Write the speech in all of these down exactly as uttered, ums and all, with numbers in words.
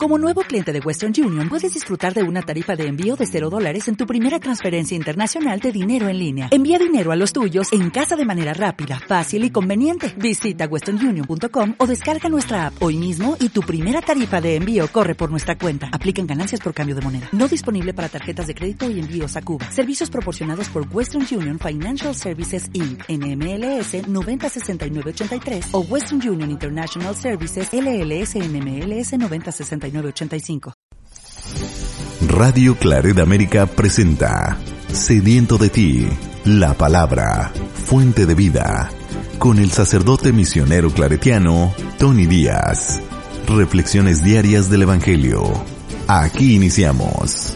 Como nuevo cliente de Western Union, puedes disfrutar de una tarifa de envío de cero dólares en tu primera transferencia internacional de dinero en línea. Envía dinero a los tuyos en casa de manera rápida, fácil y conveniente. Visita western union punto com o descarga nuestra app hoy mismo y tu primera tarifa de envío corre por nuestra cuenta. Aplican ganancias por cambio de moneda. No disponible para tarjetas de crédito y envíos a Cuba. Servicios proporcionados por Western Union Financial Services incorporated. N M L S noventa sesenta y nueve ochenta y tres o Western Union International Services L L S N M L S noventa sesenta y nueve ochenta y cinco. Radio Claret América presenta Sediento de ti, la palabra, fuente de vida, con el sacerdote misionero claretiano Tony Díaz. Reflexiones diarias del Evangelio. Aquí iniciamos.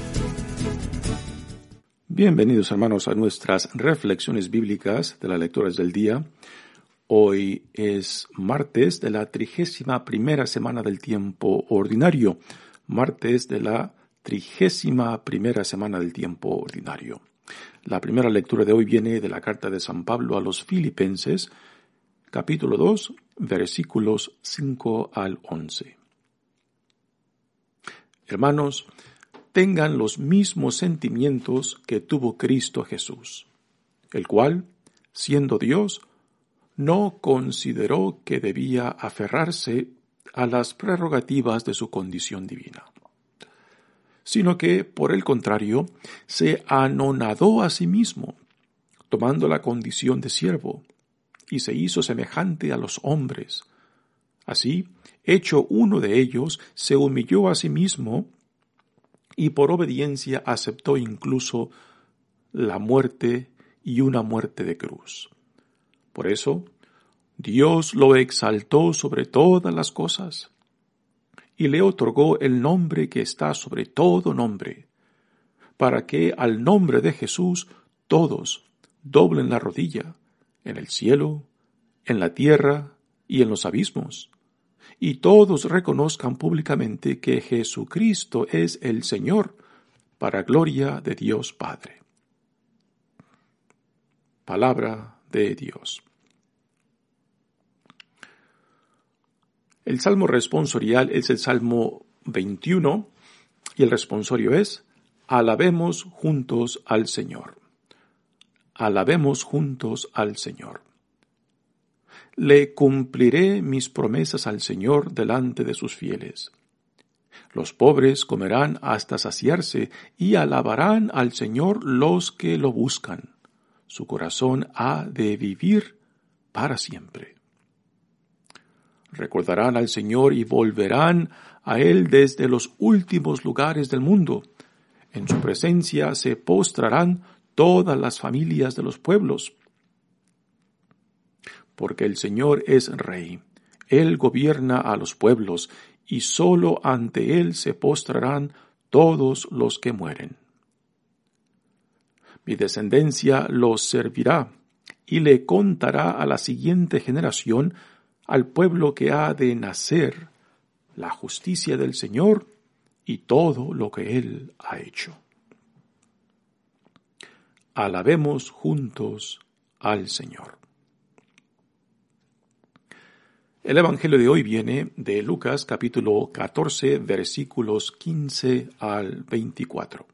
Bienvenidos, hermanos, a nuestras reflexiones bíblicas de las lecturas del día. Hoy es martes de la trigésima primera semana del tiempo ordinario. Martes de la trigésima primera semana del tiempo ordinario. La primera lectura de hoy viene de la carta de San Pablo a los Filipenses, capítulo dos, versículos cinco al once. Hermanos, tengan los mismos sentimientos que tuvo Cristo Jesús, el cual, siendo Dios, no consideró que debía aferrarse a las prerrogativas de su condición divina, sino que, por el contrario, se anonadó a sí mismo, tomando la condición de siervo, y se hizo semejante a los hombres. Así, hecho uno de ellos, se humilló a sí mismo, y por obediencia aceptó incluso la muerte y una muerte de cruz. Por eso, Dios lo exaltó sobre todas las cosas y le otorgó el nombre que está sobre todo nombre, para que al nombre de Jesús todos doblen la rodilla, en el cielo, en la tierra y en los abismos, y todos reconozcan públicamente que Jesucristo es el Señor, para gloria de Dios Padre. Palabra de Dios. El salmo responsorial es el Salmo veintiuno y el responsorio es: alabemos juntos al Señor. Alabemos juntos al Señor. Le cumpliré mis promesas al Señor delante de sus fieles. Los pobres comerán hasta saciarse y alabarán al Señor los que lo buscan. Su corazón ha de vivir para siempre. Recordarán al Señor y volverán a Él desde los últimos lugares del mundo. En su presencia se postrarán todas las familias de los pueblos. Porque el Señor es Rey, Él gobierna a los pueblos, y sólo ante Él se postrarán todos los que mueren. Mi descendencia los servirá, y le contará a la siguiente generación, al pueblo que ha de nacer, la justicia del Señor y todo lo que Él ha hecho. Alabemos juntos al Señor. El Evangelio de hoy viene de Lucas capítulo catorce, versículos quince al veinticuatro.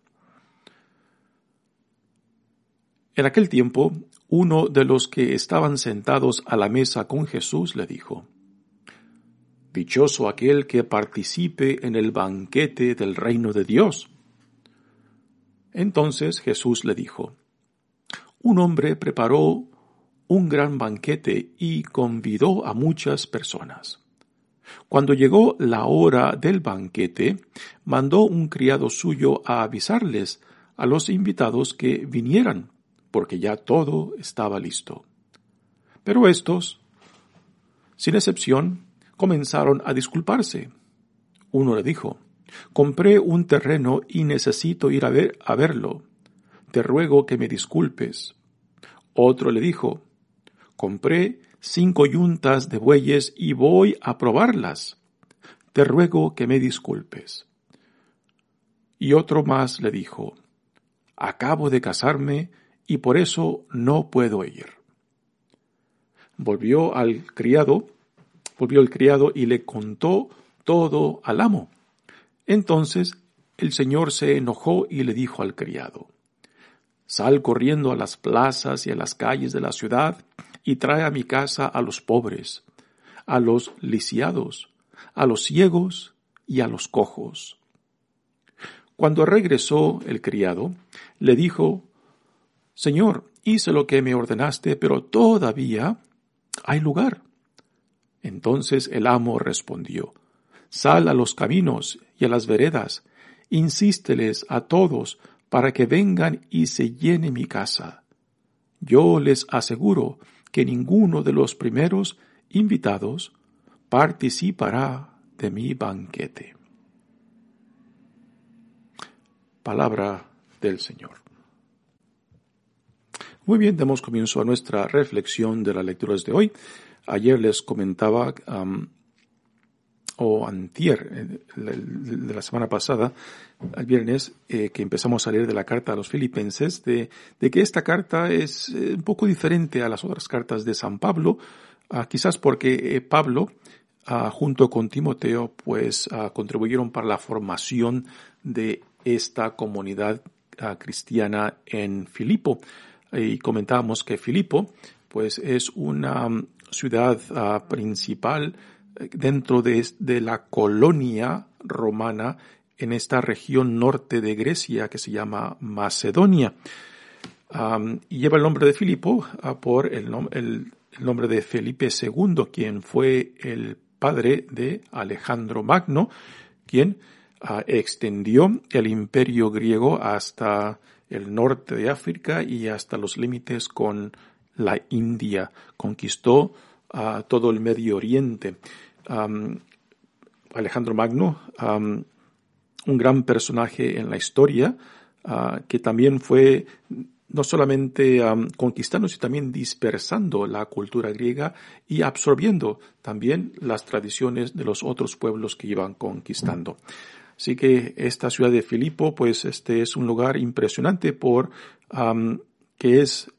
En aquel tiempo, uno de los que estaban sentados a la mesa con Jesús le dijo: Dichoso aquel que participe en el banquete del reino de Dios. Entonces Jesús le dijo: Un hombre preparó un gran banquete y convidó a muchas personas. Cuando llegó la hora del banquete, mandó un criado suyo a avisarles a los invitados que vinieran, porque ya todo estaba listo. Pero estos, sin excepción, comenzaron a disculparse. Uno le dijo: Compré un terreno y necesito ir a, ver, a verlo. Te ruego que me disculpes. Otro le dijo: Compré cinco yuntas de bueyes y voy a probarlas. Te ruego que me disculpes. Y otro más le dijo: Acabo de casarme y por eso no puedo ir. Volvió al criado, volvió el criado y le contó todo al amo. Entonces el Señor se enojó y le dijo al criado: Sal corriendo a las plazas y a las calles de la ciudad y trae a mi casa a los pobres, a los lisiados, a los ciegos y a los cojos. Cuando regresó el criado, le dijo: Señor, hice lo que me ordenaste, pero todavía hay lugar. Entonces el amo respondió: Sal a los caminos y a las veredas, insísteles a todos para que vengan y se llene mi casa. Yo les aseguro que ninguno de los primeros invitados participará de mi banquete. Palabra del Señor. Muy bien, damos comienzo a nuestra reflexión de las lecturas de hoy. Ayer les comentaba, um, o antier, de la semana pasada, el viernes, eh, que empezamos a leer de la carta a los Filipenses, de, de que esta carta es eh, un poco diferente a las otras cartas de San Pablo, uh, quizás porque eh, Pablo, uh, junto con Timoteo, pues uh, contribuyeron para la formación de esta comunidad uh, cristiana en Filipo. Y comentábamos que Filipo, pues, es una um, ciudad uh, principal dentro de, de la colonia romana en esta región norte de Grecia que se llama Macedonia. Um, y lleva el nombre de Filipo uh, por el, nom- el, el nombre de Felipe segundo, quien fue el padre de Alejandro Magno, quien uh, extendió el imperio griego hasta el norte de África y hasta los límites con la India. Conquistó a uh, todo el Medio Oriente. Um, Alejandro Magno, um, un gran personaje en la historia, uh, que también fue no solamente um, conquistando, sino también dispersando la cultura griega y absorbiendo también las tradiciones de los otros pueblos que iban conquistando. Así que esta ciudad de Filipo, pues este es un lugar impresionante por um, que es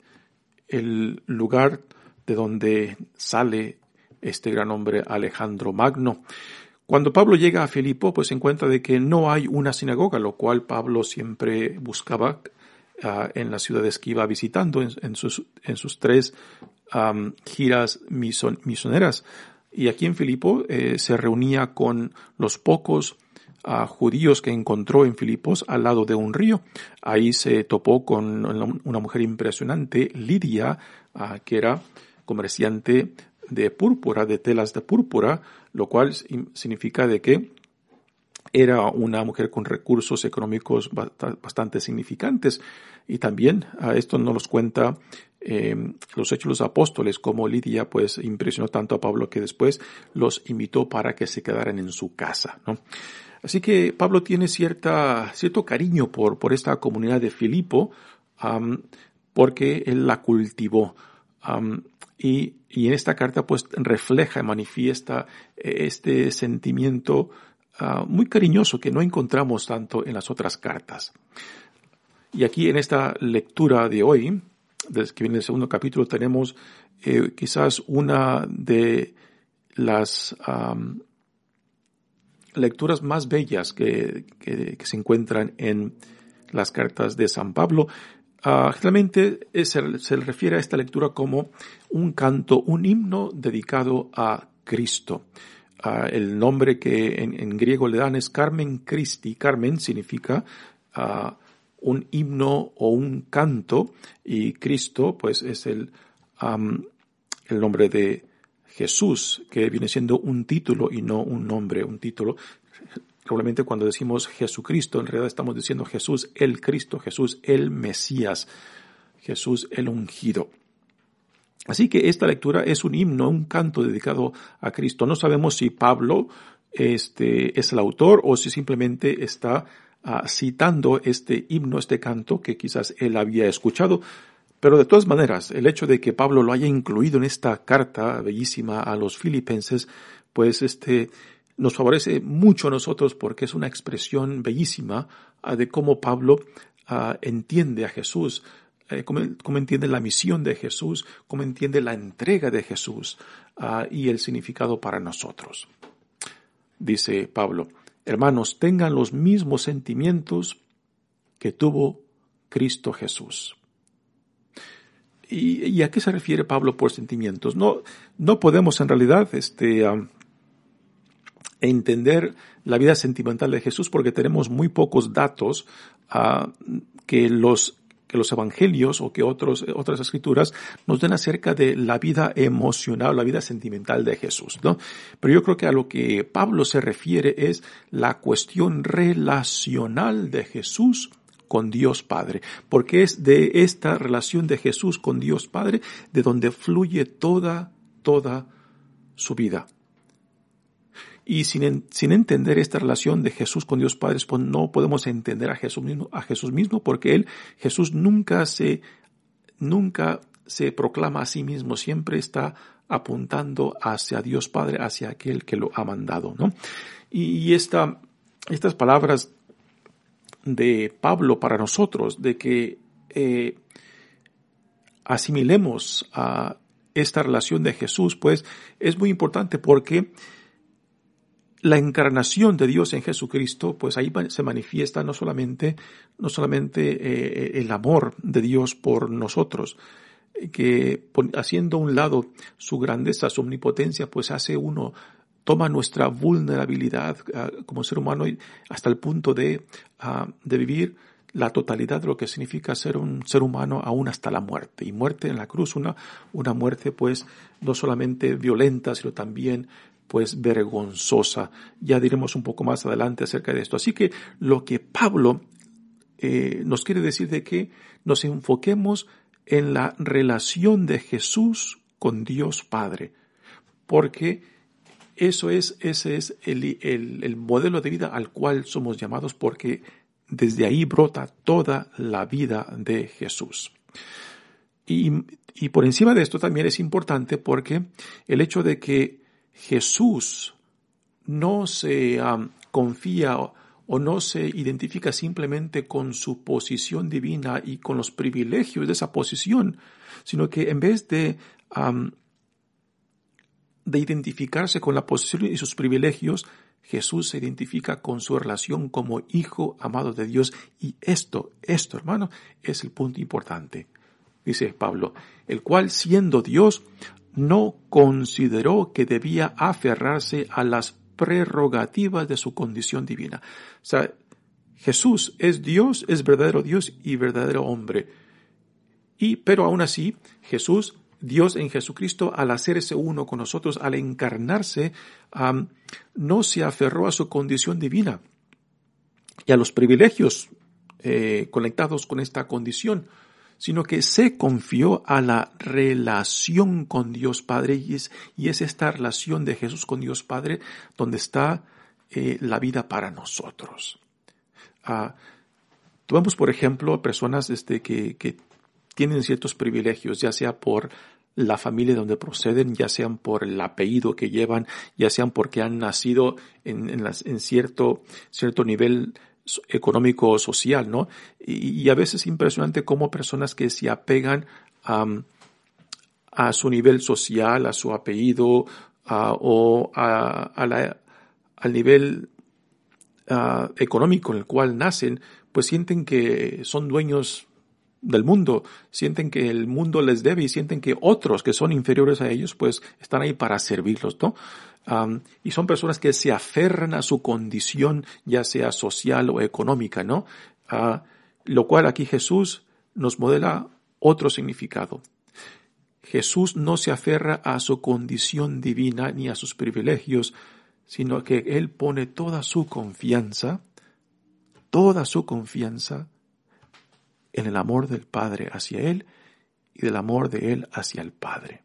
el lugar de donde sale este gran hombre Alejandro Magno. Cuando Pablo llega a Filipo, pues se encuentra de que no hay una sinagoga, lo cual Pablo siempre buscaba uh, en las ciudades que iba visitando, en, en, sus, en sus tres um, giras mison, misioneras. Y aquí en Filipo eh, se reunía con los pocos uh, judíos que encontró en Filipos al lado de un río. Ahí se topó con una mujer impresionante, Lidia, uh, que era comerciante de púrpura, de telas de púrpura, lo cual significa de que era una mujer con recursos económicos bastante significantes. Y también a esto nos los cuenta eh, los Hechos de los Apóstoles, como Lidia pues impresionó tanto a Pablo que después los invitó para que se quedaran en su casa, ¿no? Así que Pablo tiene cierta, cierto cariño por, por esta comunidad de Filipo, um, porque él la cultivó. Um, y, y en esta carta pues refleja y manifiesta este sentimiento uh, muy cariñoso que no encontramos tanto en las otras cartas. Y aquí en esta lectura de hoy, desde que viene el segundo capítulo, tenemos eh, quizás una de las um, lecturas más bellas que, que, que se encuentran en las cartas de San Pablo. Uh, generalmente se, se refiere a esta lectura como un canto, un himno dedicado a Cristo. Uh, el nombre que en, en griego le dan es Carmen Christi. Carmen significa uh, un himno o un canto, y Cristo pues es el, um, el nombre de Jesús, que viene siendo un título y no un nombre, un título. Probablemente cuando decimos Jesucristo, en realidad estamos diciendo Jesús el Cristo, Jesús el Mesías, Jesús el ungido. Así que esta lectura es un himno, un canto dedicado a Cristo. No sabemos si Pablo este, es el autor o si simplemente está uh, citando este himno, este canto que quizás él había escuchado. Pero de todas maneras, el hecho de que Pablo lo haya incluido en esta carta bellísima a los filipenses, pues este nos favorece mucho a nosotros porque es una expresión bellísima uh, de cómo Pablo uh, entiende a Jesús, eh, cómo, cómo entiende la misión de Jesús, cómo entiende la entrega de Jesús uh, y el significado para nosotros. Dice Pablo: hermanos, tengan los mismos sentimientos que tuvo Cristo Jesús. ¿Y, y a qué se refiere Pablo por sentimientos? No, no podemos en realidad este, um, entender la vida sentimental de Jesús porque tenemos muy pocos datos uh, que los que los evangelios o que otros, otras escrituras nos den acerca de la vida emocional, la vida sentimental de Jesús, ¿no? Pero yo creo que a lo que Pablo se refiere es la cuestión relacional de Jesús con Dios Padre, porque es de esta relación de Jesús con Dios Padre de donde fluye toda, toda su vida. Y sin, sin entender esta relación de Jesús con Dios Padre, pues no podemos entender a Jesús mismo, a Jesús mismo, porque él, Jesús nunca se, nunca se proclama a sí mismo, siempre está apuntando hacia Dios Padre, hacia aquel que lo ha mandado, ¿no? Y, y esta, estas palabras de Pablo para nosotros, de que eh, asimilemos a esta relación de Jesús, pues es muy importante porque la encarnación de Dios en Jesucristo, pues ahí se manifiesta no solamente, no solamente eh, el amor de Dios por nosotros, que haciendo a un lado su grandeza, su omnipotencia, pues hace uno, toma nuestra vulnerabilidad uh, como ser humano hasta el punto de, uh, de vivir la totalidad de lo que significa ser un ser humano aún hasta la muerte. Y muerte en la cruz, una, una muerte pues no solamente violenta, sino también pues vergonzosa. Ya diremos un poco más adelante acerca de esto. Así que lo que Pablo eh, nos quiere decir de que nos enfoquemos en la relación de Jesús con Dios Padre, porque eso es, ese es el, el, el modelo de vida al cual somos llamados, porque desde ahí brota toda la vida de Jesús. Y, y por encima de esto también es importante porque el hecho de que Jesús no se um, confía o, o no se identifica simplemente con su posición divina y con los privilegios de esa posición, sino que en vez de, um, de identificarse con la posición y sus privilegios, Jesús se identifica con su relación como hijo amado de Dios. Y esto, esto, hermano, es el punto importante. Dice Pablo, el cual siendo Dios, no consideró que debía aferrarse a las prerrogativas de su condición divina. O sea, Jesús es Dios, es verdadero Dios y verdadero hombre. Y, pero aún así, Jesús, Dios en Jesucristo, al hacerse uno con nosotros, al encarnarse, um, no se aferró a su condición divina y a los privilegios eh, conectados con esta condición, sino que se confió a la relación con Dios Padre, y es, y es esta relación de Jesús con Dios Padre donde está eh, la vida para nosotros. Uh, Tuvimos, por ejemplo, personas este, que, que tienen ciertos privilegios, ya sea por la familia de donde proceden, ya sean por el apellido que llevan, ya sean porque han nacido en, en, las, en cierto, cierto nivel económico o social, ¿no? Y, y a veces es impresionante cómo personas que se apegan um, a su nivel social, a su apellido, uh, o a, a la, al nivel uh, económico en el cual nacen, pues sienten que son dueños del mundo, sienten que el mundo les debe y sienten que otros que son inferiores a ellos pues están ahí para servirlos, ¿no? Um, y son personas que se aferran a su condición, ya sea social o económica, ¿no? Uh, lo cual aquí Jesús nos modela otro significado. Jesús no se aferra a su condición divina ni a sus privilegios, sino que Él pone toda su confianza, toda su confianza en el amor del Padre hacia Él y del amor de Él hacia el Padre.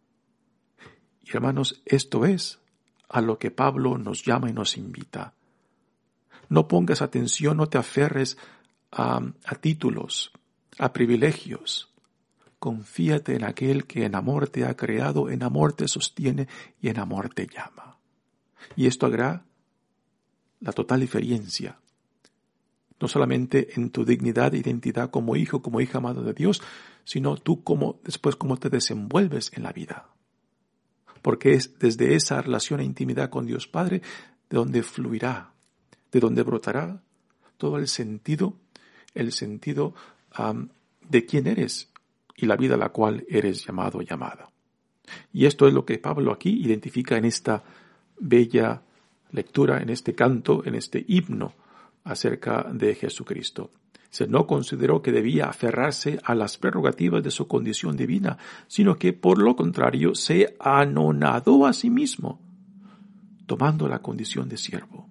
Y hermanos, esto es a lo que Pablo nos llama y nos invita. No pongas atención, no te aferres a, a títulos, a privilegios. Confíate en aquel que en amor te ha creado, en amor te sostiene y en amor te llama. Y esto hará la total diferencia. No solamente en tu dignidad e identidad como hijo, como hija amada de Dios, sino tú como, después cómo te desenvuelves en la vida. Porque es desde esa relación e intimidad con Dios Padre de donde fluirá de donde brotará todo el sentido, el sentido um, de quién eres y la vida a la cual eres llamado o llamada. Y esto es lo que Pablo aquí identifica en esta bella lectura, en este canto, en este himno acerca de Jesucristo. Se no consideró que debía aferrarse a las prerrogativas de su condición divina, sino que por lo contrario se anonadó a sí mismo, tomando la condición de siervo.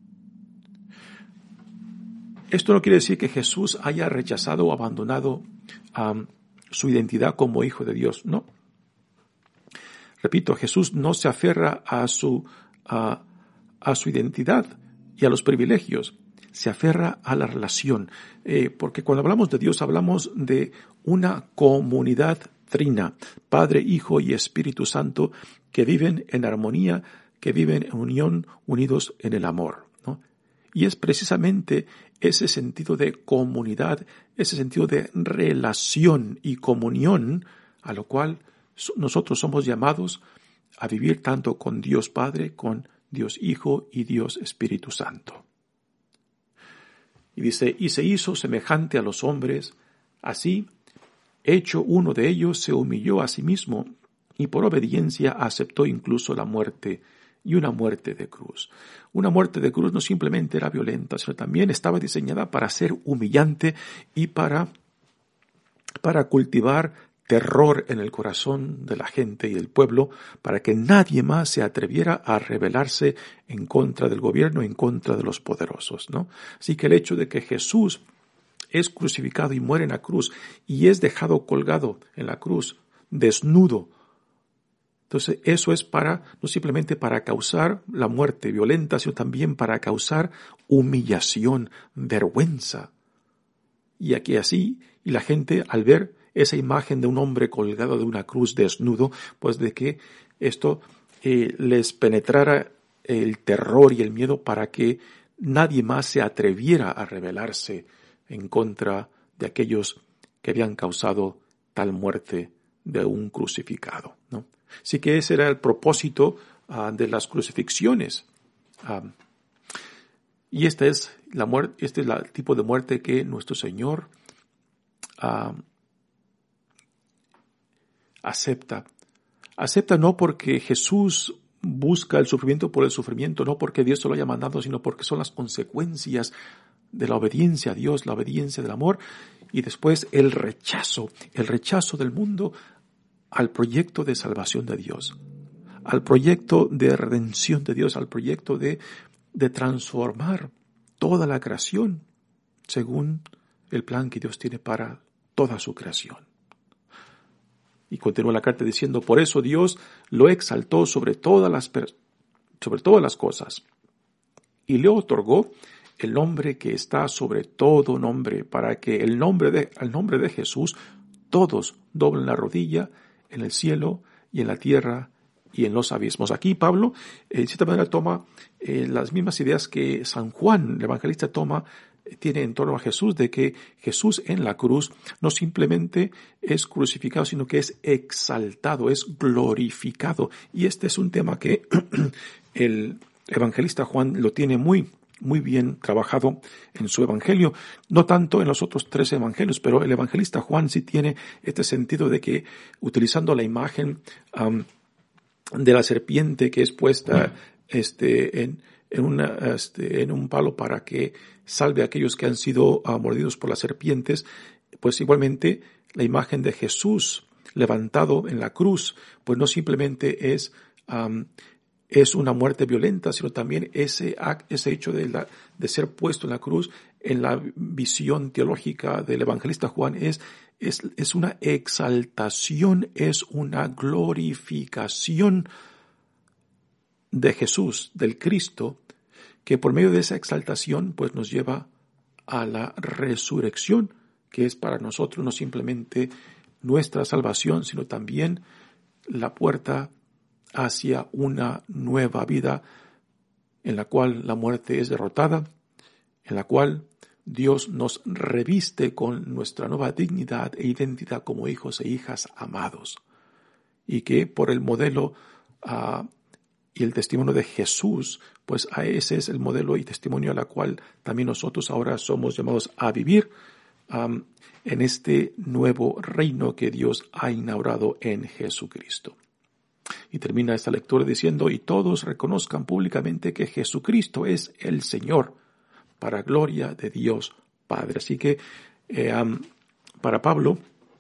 Esto no quiere decir que Jesús haya rechazado o abandonado um, su identidad como Hijo de Dios, no. Repito, Jesús no se aferra a su, a, a su identidad y a los privilegios, se aferra a la relación, eh, porque cuando hablamos de Dios hablamos de una comunidad trina, Padre, Hijo y Espíritu Santo, que viven en armonía, que viven en unión, unidos en el amor, ¿no? Y es precisamente ese sentido de comunidad, ese sentido de relación y comunión a lo cual nosotros somos llamados a vivir tanto con Dios Padre, con Dios Hijo y Dios Espíritu Santo. Y dice, y se hizo semejante a los hombres, así, hecho uno de ellos, se humilló a sí mismo y por obediencia aceptó incluso la muerte y una muerte de cruz. Una muerte de cruz no simplemente era violenta, sino también estaba diseñada para ser humillante y para, para cultivar terror en el corazón de la gente y del pueblo, para que nadie más se atreviera a rebelarse en contra del gobierno, en contra de los poderosos, ¿no? Así que el hecho de que Jesús es crucificado y muere en la cruz y es dejado colgado en la cruz, desnudo, entonces eso es para, no simplemente para causar la muerte violenta, sino también para causar humillación, vergüenza. Y aquí así, y la gente al ver esa imagen de un hombre colgado de una cruz desnudo, pues de que esto eh, les penetrara el terror y el miedo para que nadie más se atreviera a rebelarse en contra de aquellos que habían causado tal muerte de un crucificado, ¿no? Así que ese era el propósito uh, de las crucifixiones. Um, y esta es la muerte, este es el tipo de muerte que nuestro Señor uh, acepta. Acepta no porque Jesús busca el sufrimiento por el sufrimiento, no porque Dios se lo haya mandado, sino porque son las consecuencias de la obediencia a Dios, la obediencia del amor, y después el rechazo, el rechazo del mundo al proyecto de salvación de Dios, al proyecto de redención de Dios, al proyecto de, de transformar toda la creación según el plan que Dios tiene para toda su creación. Y continúa la carta diciendo, por eso Dios lo exaltó sobre todas las, sobre todas las cosas y le otorgó el nombre que está sobre todo nombre, para que el nombre de, al nombre de Jesús todos doblen la rodilla en el cielo y en la tierra y en los abismos. Aquí Pablo, eh, de cierta manera, toma eh, las mismas ideas que San Juan, el evangelista, toma, eh, tiene en torno a Jesús, de que Jesús en la cruz no simplemente es crucificado, sino que es exaltado, es glorificado. Y este es un tema que el evangelista Juan lo tiene muy muy bien trabajado en su evangelio, no tanto en los otros tres evangelios, pero el evangelista Juan sí tiene este sentido de que, utilizando la imagen um, de la serpiente que es puesta este, en, en, una, este, en un palo para que salve a aquellos que han sido uh, mordidos por las serpientes, pues igualmente la imagen de Jesús levantado en la cruz, pues no simplemente es um, es una muerte violenta, sino también ese, ese hecho de, la, de ser puesto en la cruz, en la visión teológica del evangelista Juan, es, es, es una exaltación, es una glorificación de Jesús, del Cristo, que por medio de esa exaltación pues nos lleva a la resurrección, que es para nosotros no simplemente nuestra salvación, sino también la puerta hacia una nueva vida en la cual la muerte es derrotada, en la cual Dios nos reviste con nuestra nueva dignidad e identidad como hijos e hijas amados, y que por el modelo uh, y el testimonio de Jesús, pues a ese es el modelo y testimonio a la cual también nosotros ahora somos llamados a vivir um, en este nuevo reino que Dios ha inaugurado en Jesucristo. Y termina esta lectura diciendo, y todos reconozcan públicamente que Jesucristo es el Señor, para gloria de Dios Padre. Así que eh, um, para Pablo,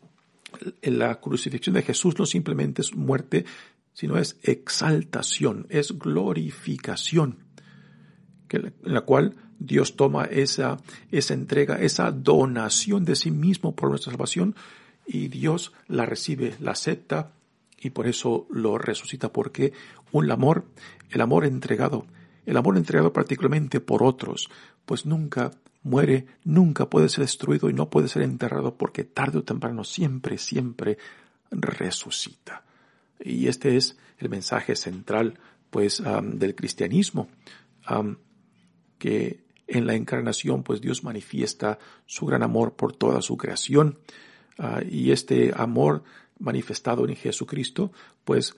la crucifixión de Jesús no simplemente es muerte, sino es exaltación, es glorificación, que, en la cual Dios toma esa, esa entrega, esa donación de sí mismo por nuestra salvación, y Dios la recibe, la acepta, y por eso lo resucita, porque un amor, el amor entregado, el amor entregado particularmente por otros, pues nunca muere, nunca puede ser destruido y no puede ser enterrado, porque tarde o temprano siempre, siempre resucita. Y este es el mensaje central, pues, um, del cristianismo, um, que en la encarnación, pues, Dios manifiesta su gran amor por toda su creación, uh, y este amor manifestado en Jesucristo, pues,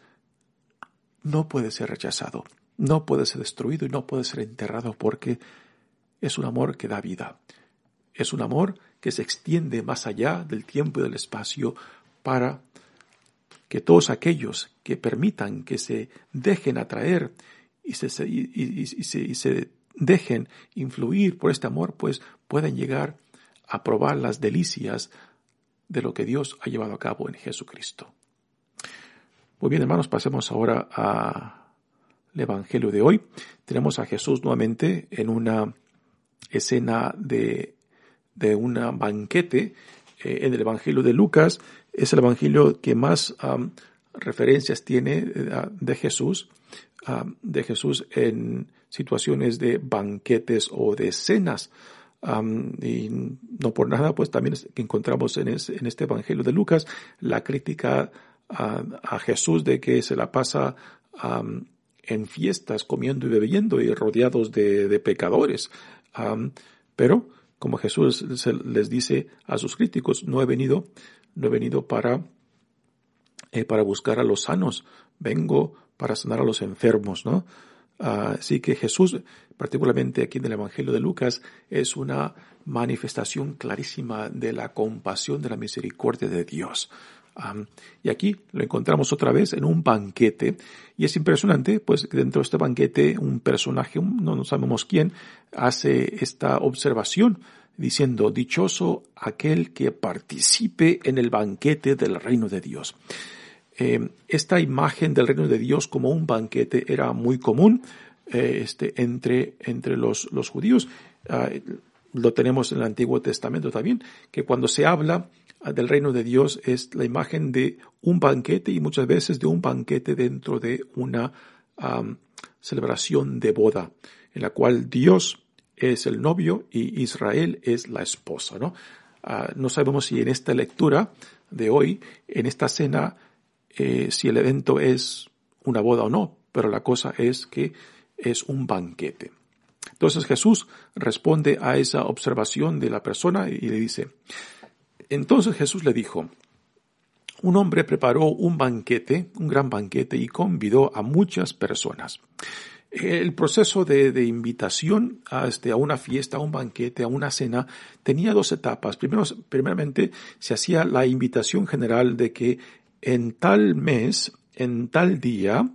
no puede ser rechazado, no puede ser destruido y no puede ser enterrado, porque es un amor que da vida. Es un amor que se extiende más allá del tiempo y del espacio para que todos aquellos que permitan que se dejen atraer y se, y, y, y, se, y se dejen influir por este amor, pues puedan llegar a probar las delicias de lo que Dios ha llevado a cabo en Jesucristo. Muy bien, hermanos, pasemos ahora al Evangelio de hoy. Tenemos a Jesús nuevamente en una escena de, de un banquete. Eh, en el Evangelio de Lucas es el Evangelio que más um, referencias tiene uh, de Jesús, uh, de Jesús en situaciones de banquetes o de cenas. Um, y no por nada, pues también encontramos en, es, en este Evangelio de Lucas la crítica a, a Jesús de que se la pasa um, en fiestas comiendo y bebiendo y rodeados de, de pecadores. Um, pero, como Jesús se les dice a sus críticos, no he venido, no he venido para, eh, para buscar a los sanos, vengo para sanar a los enfermos, ¿no? Uh, así que Jesús, particularmente aquí en el Evangelio de Lucas, es una manifestación clarísima de la compasión, de la misericordia de Dios. Um, y aquí lo encontramos otra vez en un banquete, y es impresionante, pues dentro de este banquete un personaje, un, no, no sabemos quién, hace esta observación diciendo, dichoso aquel que participe en el banquete del reino de Dios. Eh, esta imagen del reino de Dios como un banquete era muy común eh, este, entre, entre los, los judíos. Uh, lo tenemos en el Antiguo Testamento también, que cuando se habla del reino de Dios es la imagen de un banquete, y muchas veces de un banquete dentro de una um, celebración de boda, en la cual Dios es el novio y Israel es la esposa, ¿no? Uh, no sabemos si en esta lectura de hoy, en esta cena, eh, si el evento es una boda o no, pero la cosa es que es un banquete. Entonces Jesús responde a esa observación de la persona y le dice, entonces Jesús le dijo, un hombre preparó un banquete, un gran banquete, y convidó a muchas personas. El proceso de, de invitación a, este, a una fiesta, a un banquete, a una cena, tenía dos etapas. Primero, primeramente, se hacía la invitación general de que en tal mes, en tal día,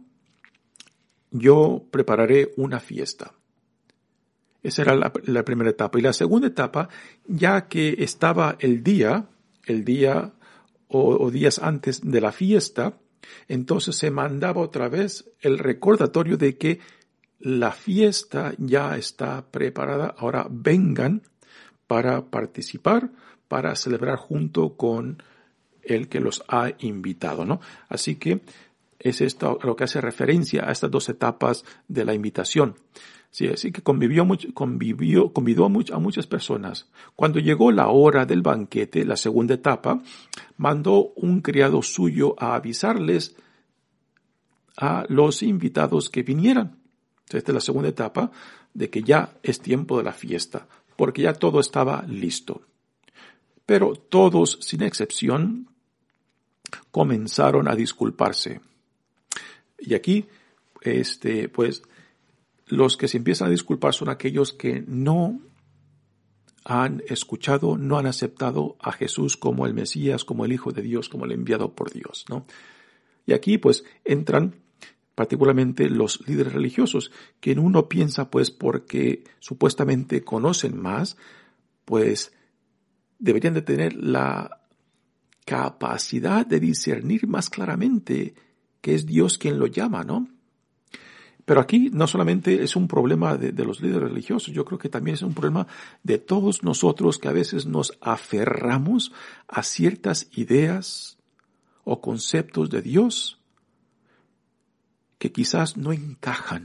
yo prepararé una fiesta. Esa era la, la primera etapa. Y la segunda etapa, ya que estaba el día, el día o, o días antes de la fiesta, entonces se mandaba otra vez el recordatorio de que la fiesta ya está preparada. Ahora vengan para participar, para celebrar junto con el que los ha invitado, ¿no? Así que es esto lo que hace referencia a estas dos etapas de la invitación. Sí, así que convivió mucho, convivió, convidó a, much, a muchas personas. Cuando llegó la hora del banquete, la segunda etapa, mandó un criado suyo a avisarles a los invitados que vinieran. Esta es la segunda etapa de que ya es tiempo de la fiesta, porque ya todo estaba listo. Pero todos, sin excepción, comenzaron a disculparse. Y aquí este, pues, los que se empiezan a disculpar son aquellos que no han escuchado, no han aceptado a Jesús como el Mesías, como el Hijo de Dios, como el enviado por Dios, ¿no? Y aquí, pues, entran particularmente los líderes religiosos, que uno piensa, pues, porque supuestamente conocen más, pues, deberían de tener la capacidad de discernir más claramente que es Dios quien lo llama, ¿no? Pero aquí no solamente es un problema de, de los líderes religiosos, yo creo que también es un problema de todos nosotros que a veces nos aferramos a ciertas ideas o conceptos de Dios que quizás no encajan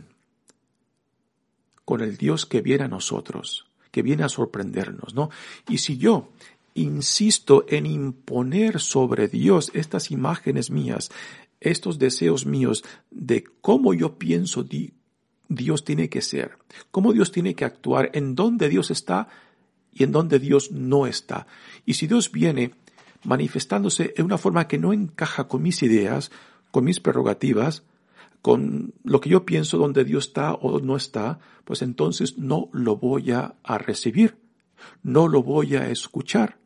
con el Dios que viene a nosotros, que viene a sorprendernos, ¿no? Y si yo insisto en imponer sobre Dios estas imágenes mías, estos deseos míos de cómo yo pienso di- Dios tiene que ser, cómo Dios tiene que actuar, en dónde Dios está y en dónde Dios no está. Y si Dios viene manifestándose en una forma que no encaja con mis ideas, con mis prerrogativas, con lo que yo pienso donde Dios está o no está, pues entonces no lo voy a, a recibir, no lo voy a escuchar,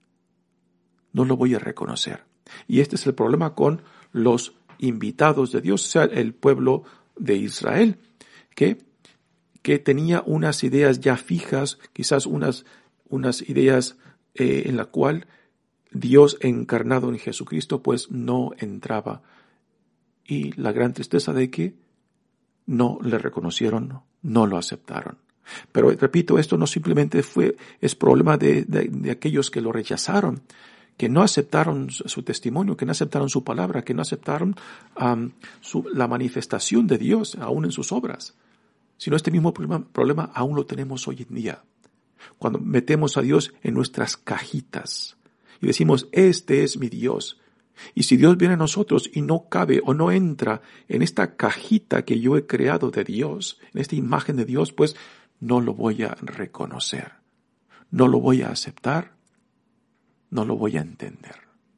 no lo voy a reconocer. Y este es el problema con los invitados de Dios, o sea, el pueblo de Israel, que, que tenía unas ideas ya fijas, quizás unas, unas ideas eh, en la cual Dios encarnado en Jesucristo pues no entraba. Y la gran tristeza de que no le reconocieron, no lo aceptaron. Pero repito, esto no simplemente fue, es problema de, de, de aquellos que lo rechazaron, que no aceptaron su testimonio, que no aceptaron su palabra, que no aceptaron um, su, la manifestación de Dios aún en sus obras. Sino este mismo problema, problema aún lo tenemos hoy en día. Cuando metemos a Dios en nuestras cajitas y decimos, este es mi Dios. Y si Dios viene a nosotros y no cabe o no entra en esta cajita que yo he creado de Dios, en esta imagen de Dios, pues no lo voy a reconocer, no lo voy a aceptar, no lo voy a entender.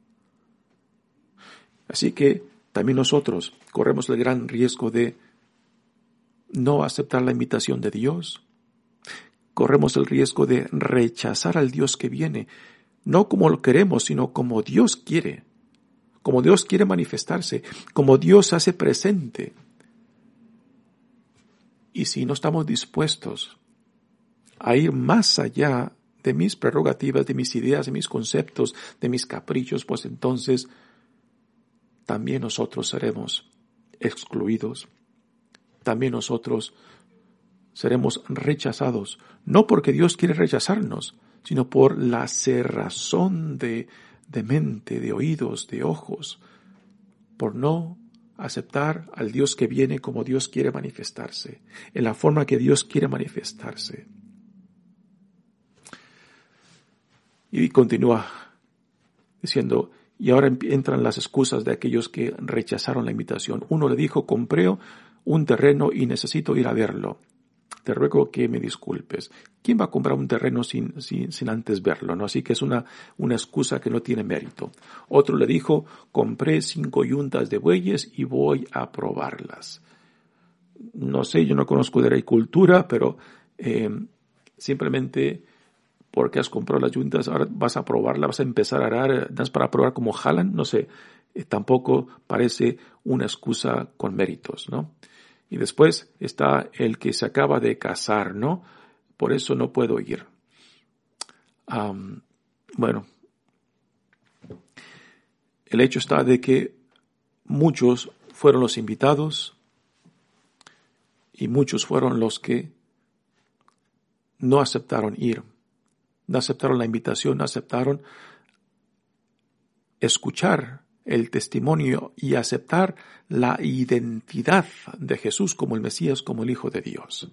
Así que también nosotros corremos el gran riesgo de no aceptar la invitación de Dios. Corremos el riesgo de rechazar al Dios que viene, no como lo queremos, sino como Dios quiere, como Dios quiere manifestarse, como Dios hace presente. Y si no estamos dispuestos a ir más allá de mis prerrogativas, de mis ideas, de mis conceptos, de mis caprichos, pues entonces también nosotros seremos excluidos. También nosotros seremos rechazados, no porque Dios quiere rechazarnos, sino por la cerrazón de, de mente, de oídos, de ojos, por no aceptar al Dios que viene como Dios quiere manifestarse, en la forma que Dios quiere manifestarse. Y continúa diciendo, y ahora entran las excusas de aquellos que rechazaron la invitación. Uno le dijo, compré un terreno y necesito ir a verlo. Te ruego que me disculpes. ¿Quién va a comprar un terreno sin, sin, sin antes verlo? ¿No? Así que es una, una excusa que no tiene mérito. Otro le dijo, compré cinco yuntas de bueyes y voy a probarlas. No sé, yo no conozco de agricultura, pero eh, simplemente porque has comprado las yuntas, ahora vas a probarlas, vas a empezar a arar, das para probar cómo jalan, no sé. Eh, tampoco parece una excusa con méritos, ¿no? Y después está el que se acaba de casar, ¿no? Por eso no puedo ir. Um, bueno, el hecho está de que muchos fueron los invitados y muchos fueron los que no aceptaron ir, no aceptaron la invitación, no aceptaron escuchar el testimonio y aceptar la identidad de Jesús como el Mesías, como el Hijo de Dios.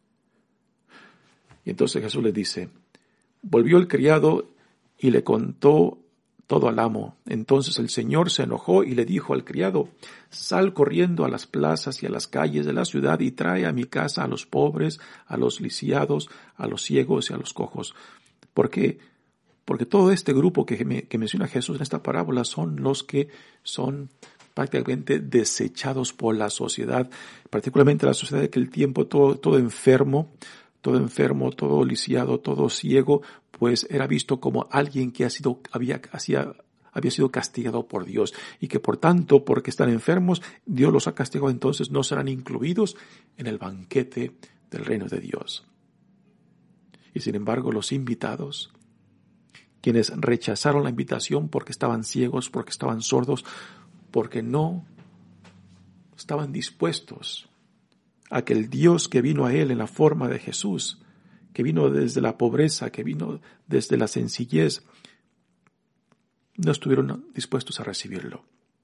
Y entonces Jesús les dice, volvió el criado y le contó todo al amo. Entonces el Señor se enojó y le dijo al criado, sal corriendo a las plazas y a las calles de la ciudad y trae a mi casa a los pobres, a los lisiados, a los ciegos y a los cojos. Porque Porque todo este grupo que, me, que menciona Jesús en esta parábola son los que son prácticamente desechados por la sociedad, particularmente la sociedad de aquel tiempo, todo, todo enfermo, todo enfermo, todo lisiado, todo ciego, pues era visto como alguien que ha sido, había, hacía, había sido castigado por Dios y que por tanto, porque están enfermos, Dios los ha castigado, entonces no serán incluidos en el banquete del reino de Dios. Y sin embargo, los invitados, quienes rechazaron la invitación porque estaban ciegos, porque estaban sordos, porque no estaban dispuestos a que el Dios que vino a él en la forma de Jesús, que vino desde la pobreza, que vino desde la sencillez, no estuvieron dispuestos a recibirlo.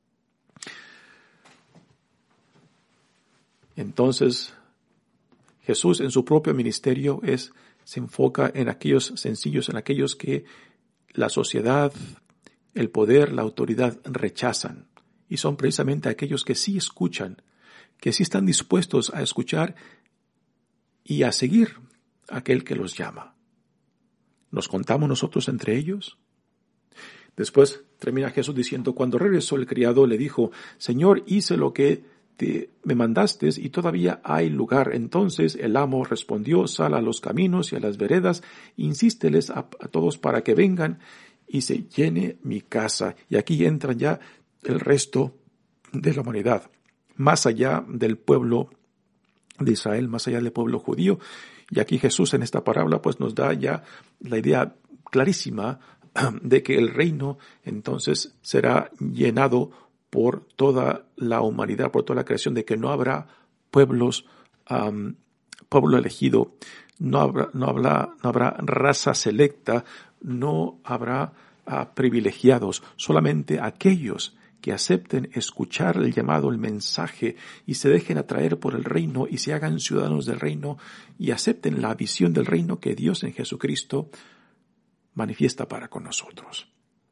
Entonces, Jesús en su propio ministerio es, se enfoca en aquellos sencillos, en aquellos que la sociedad, el poder, la autoridad rechazan. Y son precisamente aquellos que sí escuchan, que sí están dispuestos a escuchar y a seguir a aquel que los llama. ¿Nos contamos nosotros entre ellos? Después termina Jesús diciendo, cuando regresó el criado le dijo, Señor, hice lo que te, me mandaste y todavía hay lugar. Entonces el amo respondió, sal a los caminos y a las veredas, insísteles a, a todos para que vengan y se llene mi casa. Y aquí entran ya el resto de la humanidad, más allá del pueblo de Israel, más allá del pueblo judío. Y aquí Jesús en esta parábola pues nos da ya la idea clarísima de que el reino entonces será llenado por toda la humanidad, por toda la creación, de que no habrá pueblos, um, pueblo elegido, no habrá, no habrá, no habrá raza selecta, no habrá uh, privilegiados, solamente aquellos que acepten escuchar el llamado, el mensaje, y se dejen atraer por el reino y se hagan ciudadanos del reino y acepten la visión del reino que Dios en Jesucristo manifiesta para con nosotros.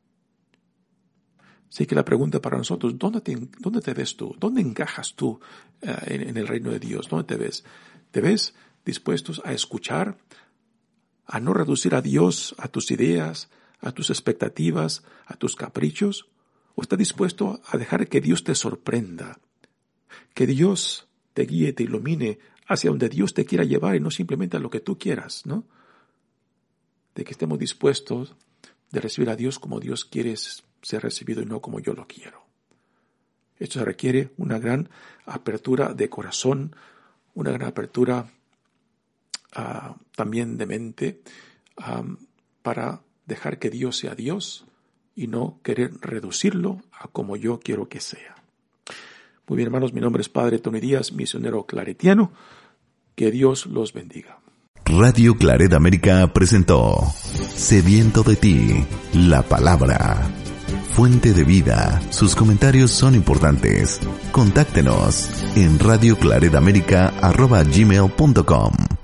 Así que la pregunta para nosotros, ¿dónde te, dónde te ves tú? ¿Dónde encajas tú uh, en, en el reino de Dios? ¿Dónde te ves? ¿Te ves dispuestos a escuchar, a no reducir a Dios a tus ideas, a tus expectativas, a tus caprichos? ¿O estás dispuesto a dejar que Dios te sorprenda, que Dios te guíe, te ilumine hacia donde Dios te quiera llevar y no simplemente a lo que tú quieras, ¿no? De que estemos dispuestos de recibir a Dios como Dios quiere ser recibido y no como yo lo quiero. Esto se requiere una gran apertura de corazón, una gran apertura uh, también de mente um, para dejar que Dios sea Dios y no querer reducirlo a como yo quiero que sea. Muy bien, hermanos, mi nombre es Padre Tony Díaz, misionero claretiano. Que Dios los bendiga. Radio Claret América presentó Sediento de ti, la palabra. Fuente de vida. Sus comentarios son importantes. Contáctenos en radio claret américa arroba gmail punto com.